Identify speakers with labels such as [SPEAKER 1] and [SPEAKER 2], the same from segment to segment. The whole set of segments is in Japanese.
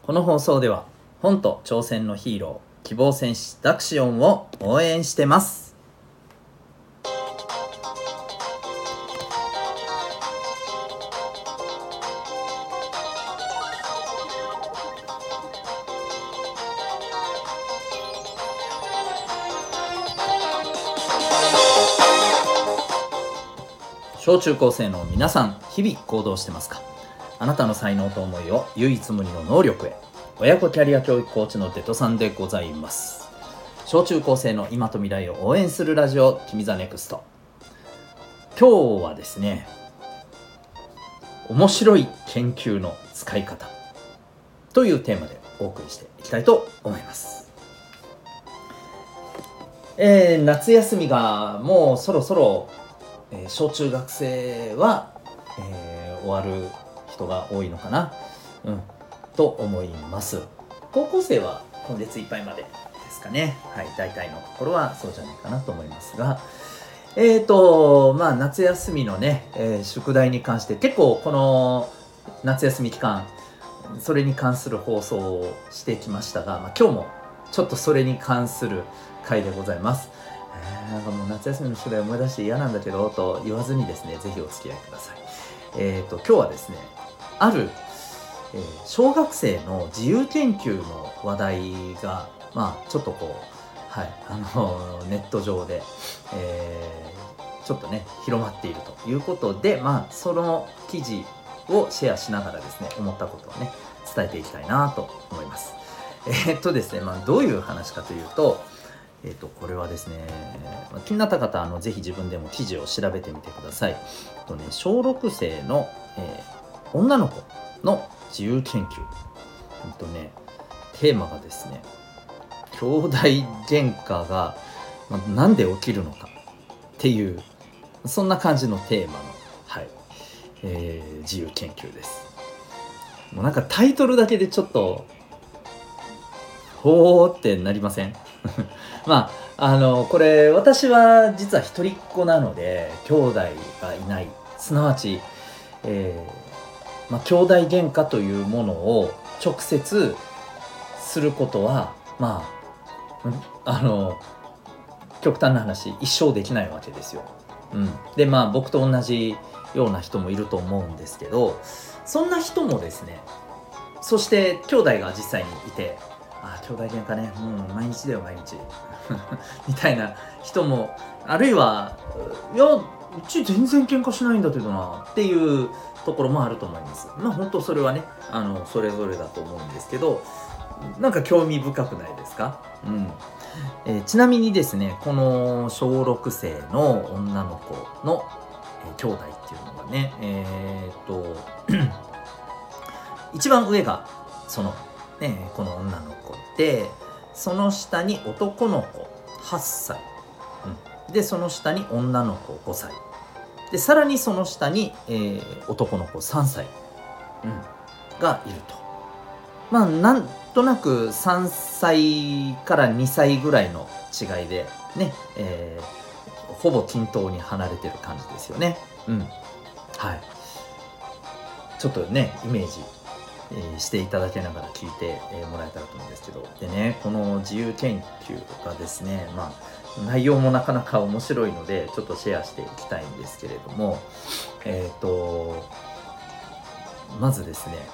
[SPEAKER 1] この放送では本と挑戦のヒーロー、希望戦士ダクシオンを応援してます。小中高生の皆さん、日々行動してますか？あなたの才能と思いを唯一無二の能力へ。親子キャリア教育コーチのデトさんでございます。小中高生の今と未来を応援するラジオ、君ザネクスト。今日はですね、面白い研究の使い方というテーマでお送りしていきたいと思います。夏休みがもうそろそろ、小中学生は、終わる人が多いのかな、と思います。高校生は今月いっぱいまでですかね。はい、大体のところはそうじゃないかなと思いますが、夏休みのね、宿題に関して結構この夏休み期間それに関する放送をしてきましたが、今日もちょっとそれに関する回でございます。なんかもう夏休みの宿題を思い出して嫌なんだけどと言わずにですね、ぜひお付き合いください。今日はですね、ある、小学生の自由研究の話題がちょっとこう、ネット上で、ちょっとね広まっているということで、その記事をシェアしながらですね、思ったことをね伝えていきたいなと思います。ですね、どういう話かというと、これはですね、気になった方ぜひ自分でも記事を調べてみてください。小6生の、女の子の自由研究、テーマがですね、兄弟喧嘩が、なんで起きるのかっていう、そんな感じのテーマの、自由研究です。もうなんかタイトルだけでちょっとほーってなりません？これ私は実は一人っ子なので兄弟がいない、すなわち、兄弟喧嘩というものを直接することは極端な話一生できないわけですよ。で僕と同じような人もいると思うんですけど、そんな人もですね、そして兄弟が実際にいて、兄弟喧嘩ね、毎日だよ毎日みたいな人も、あるいはいやうち全然喧嘩しないんだけどなっていうところもあると思います。本当それはねそれぞれだと思うんですけど、なんか興味深くないですか？ちなみにですね、この小6生の女の子の、兄弟っていうのがね、一番上がその、この女の子で、その下に男の子8歳、でその下に女の子5歳で、さらにその下に、男の子3歳、がいると。なんとなく3歳から2歳ぐらいの違いでね、ほぼ均等に離れてる感じですよね。ちょっとねイメージ、していただけながら聞いて、もらえたらと思うんですけど、でね、この自由研究がですね、内容もなかなか面白いのでちょっとシェアしていきたいんですけれども、まずですね、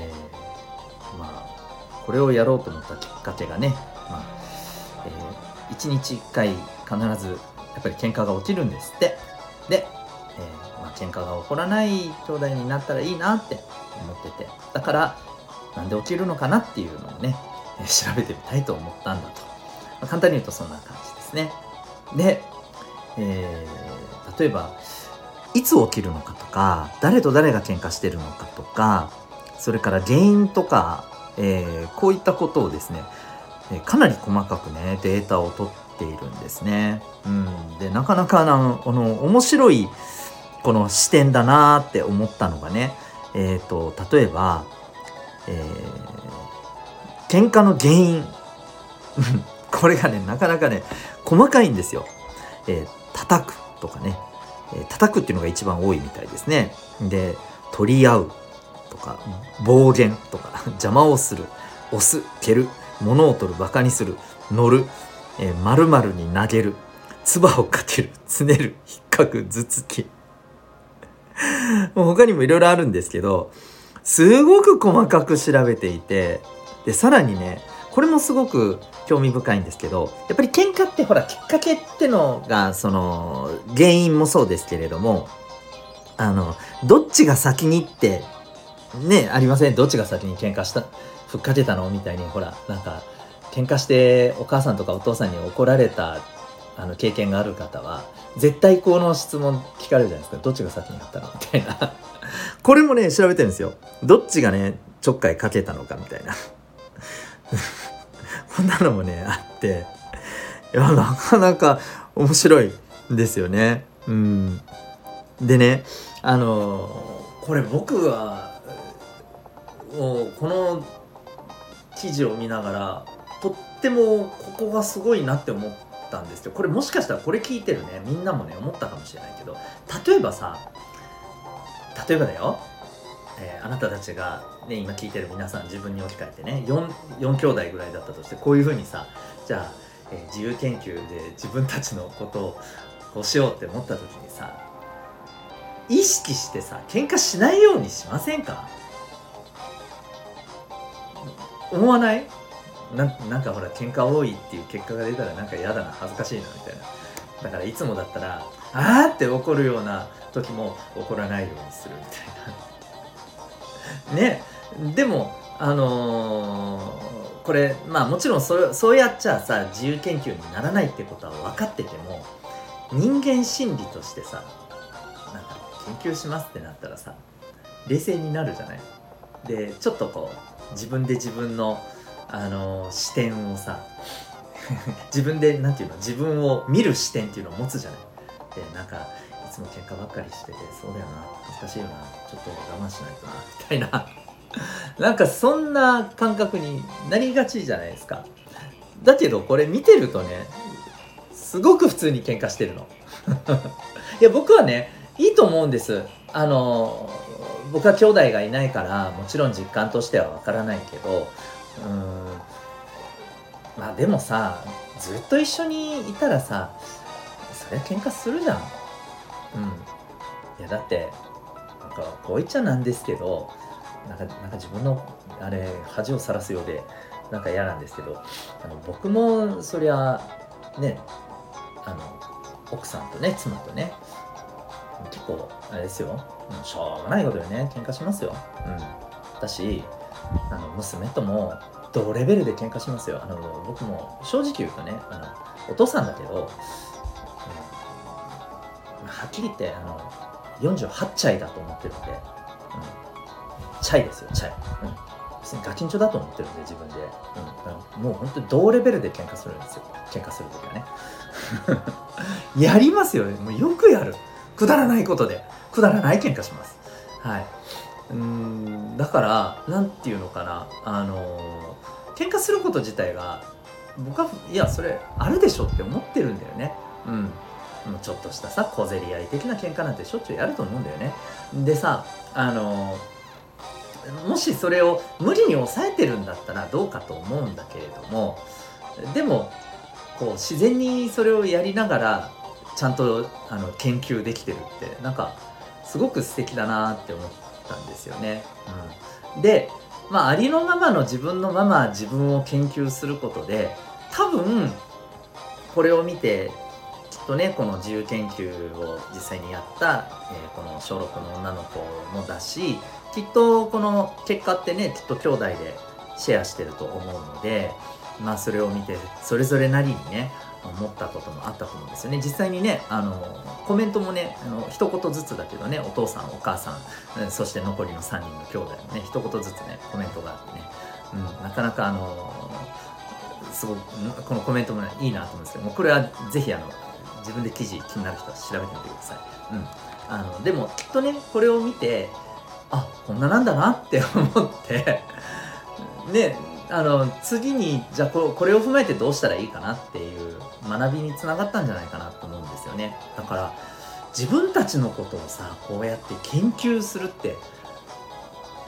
[SPEAKER 1] これをやろうと思ったきっかけがね、1日1回必ずやっぱり喧嘩が起きるんですって。で、喧嘩が起こらない兄弟になったらいいなって思ってて、だからなんで起きるのかなっていうのをね、調べてみたいと思ったんだと。簡単に言うとそんな感じですね。で、例えばいつ起きるのかとか、誰と誰が喧嘩してるのかとか、それから原因とか、こういったことをですね、かなり細かくねデータを取っているんですね。でなかなか面白いこの視点だなって思ったのがね、例えば、喧嘩の原因これがねなかなかね細かいんですよ。叩くとかね、叩くっていうのが一番多いみたいですね。で取り合う、 とか暴言とか邪魔をする、押す、蹴る、物を取る、バカにする、乗る、〇〇に投げる、唾をかける、つねる、引っかく、頭突きもう他にもいろいろあるんですけど、すごく細かく調べていて、でさらにねこれもすごく興味深いんですけど、やっぱり喧嘩ってほらきっかけってのがその原因もそうですけれども、どっちが先にってねありません？どっちが先に喧嘩したふっかけたのみたいに、ほらなんか喧嘩してお母さんとかお父さんに怒られた経験がある方は絶対この質問聞かれるじゃないですか。どっちが先にやったのみたいなこれもね調べてるんですよ。どっちがねちょっかいかけたのかみたいなこんなのもねあって、いやなかなか面白いんですよね。でねこれ僕はもうこの記事を見ながらとってもここがすごいなって思ったんですよ。これもしかしたらこれ聞いてるねみんなもね思ったかもしれないけど、例えばだよ、あなたたちがね今聞いてる皆さん自分に置き換えてね 4兄弟ぐらいだったとして、こういう風にさ、じゃあ、自由研究で自分たちのことをこうしようって思った時にさ、意識してさ喧嘩しないようにしませんか？思わない？なんかほら喧嘩多いっていう結果が出たらなんか嫌だな、恥ずかしいなみたいな。だからいつもだったらあーって怒るような時も怒らないようにするみたいなね。でもこれまあもちろんそうやっちゃさ自由研究にならないってことは分かってても、人間心理としてさなんか研究しますってなったらさ冷静になるじゃない。でちょっとこう自分で自分の視点をさ自分でなんていうの、自分を見る視点っていうのを持つじゃない。でなんかいつも喧嘩ばっかりしててそうだよな、恥ずかしいよな、ちょっと我慢しないとなみたいななんかそんな感覚になりがちじゃないですか。だけどこれ見てるとねすごく普通に喧嘩してるのいや僕はねいいと思うんです。僕は兄弟がいないからもちろん実感としてはわからないけど、まあでもさずっと一緒にいたらさそりゃ喧嘩するじゃん。いやだってなんかこう言っちゃなんですけど、なんか自分のあれ恥をさらすようでなんか嫌なんですけど、僕もそりゃね奥さんとね妻とね結構あれですよ、しょうがないことでね喧嘩しますよ。だし娘とも同レベルで喧嘩しますよ。僕も正直言うとねお父さんだけど、はっきり言って48チャイだと思ってるんで、チャイですよチャイ、別にガキンチョだと思ってるんで自分で、もう本当に同レベルで喧嘩するんですよ。喧嘩するときはねやりますよ。もうよくやる。くだらないことでくだらない喧嘩します。はい。だからなんていうのかな、喧嘩すること自体が僕はいやそれあるでしょって思ってるんだよね。ちょっとしたさ小競り合い的な喧嘩なんてしょっちゅうやると思うんだよね。でさもしそれを無理に抑えてるんだったらどうかと思うんだけれども、でもこう自然にそれをやりながらちゃんと研究できてるってなんかすごく素敵だなって思ったんですよね。でありのままの自分のまま自分を研究することで多分これを見てきっとねこの自由研究を実際にやった、この小6の女の子もだし、きっとこの結果ってねきっと兄弟でシェアしてると思うので、それを見てそれぞれなりにね思ったこともあったと思うんですよね。実際にねコメントもね一言ずつだけどね、お父さんお母さんそして残りの3人の兄弟もね一言ずつねコメントがあってね、なかなかすごくこのコメントも、ね、いいなと思うんですけども、これはぜひ自分で記事気になる人は調べてみてください。でもきっとねこれを見てこんななんだなって思ってね、次にじゃあこれを踏まえてどうしたらいいかなっていう学びにつながったんじゃないかなと思うんですよね。だから自分たちのことをさこうやって研究するって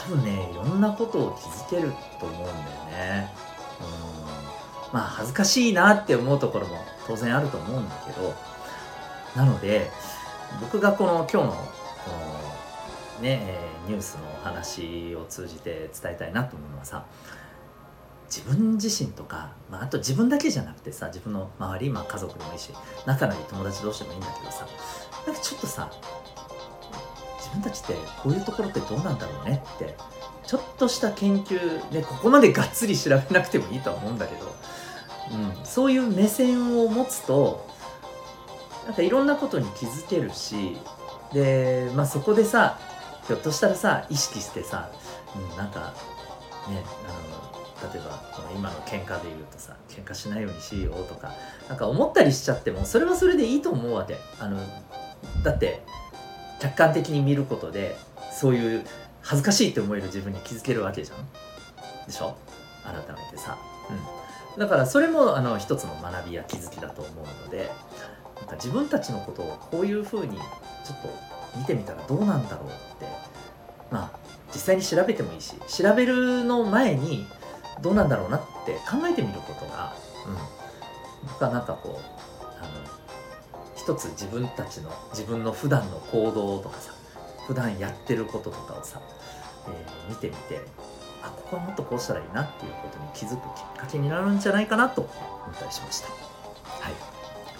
[SPEAKER 1] 分ねいろんなことを気づけると思うんだよね。まあ恥ずかしいなって思うところも当然あると思うんだけど、なので僕がこの今日のこのね、ニュースのお話を通じて伝えたいなと思うのはさ、自分自身とか、あと自分だけじゃなくてさ、自分の周り、家族でもいいし、仲のいい友達同士でもいいんだけどさ、なんかちょっとさ、自分たちってこういうところってどうなんだろうねって、ちょっとした研究で、ここまでがっつり調べなくてもいいとは思うんだけど、そういう目線を持つと、なんかいろんなことに気づけるし、で、そこでさ、ひょっとしたらさ、意識してさ、なんかね、例えばこの今の喧嘩で言うとさ、喧嘩しないようにしようとか、なんか思ったりしちゃっても、それはそれでいいと思うわけ。だって客観的に見ることで、そういう恥ずかしいって思える自分に気づけるわけじゃん。でしょ？改めてさ。だからそれも一つの学びや気づきだと思うので、なんか自分たちのことをこういう風にちょっと見てみたらどうなんだろうって、実際に調べてもいいし、調べるの前にどうなんだろうなって考えてみることが、僕はなんかこう一つ自分の普段の行動とかさ、普段やってることとかをさ、見てみて、ここはもっとこうしたらいいなっていうことに気づくきっかけになるんじゃないかなと思ったりしました。はい。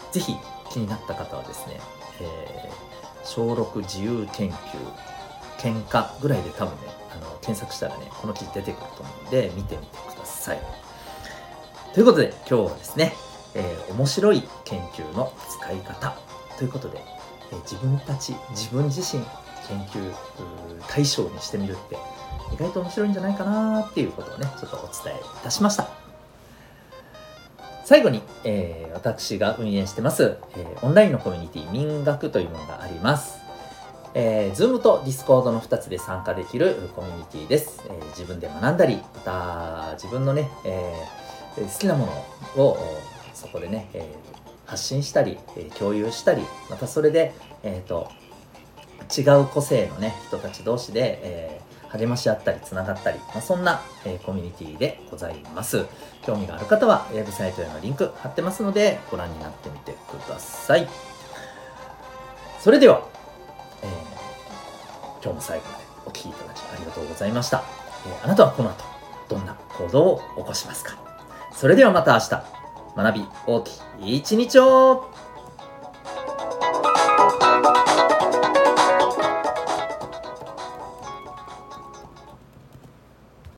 [SPEAKER 1] ぜひ気になった方はですね、小6自由研究喧嘩ぐらいで多分ね、検索したらね、この記事出てくると思うので見てみてください。ということで今日はですね、面白い研究の使い方ということで、自分自身研究対象にしてみるって意外と面白いんじゃないかなっていうことをね、ちょっとお伝えいたしました。最後に、私が運営してます、オンラインのコミュニティ民学というものがあります。Zoom と Discord の2つで参加できるコミュニティです。自分で学んだり、また自分のね、好きなものをそこでね、発信したり、共有したり、またそれで、違う個性のね、人たち同士で、励まし合ったり、つながったり、そんな、コミュニティでございます。興味がある方は、ウェブサイトへのリンク貼ってますので、ご覧になってみてください。それでは、今日も最後までお聞きいただきありがとうございました。あなたはこの後、どんな行動を起こしますか？それではまた明日、学び大きい一日を。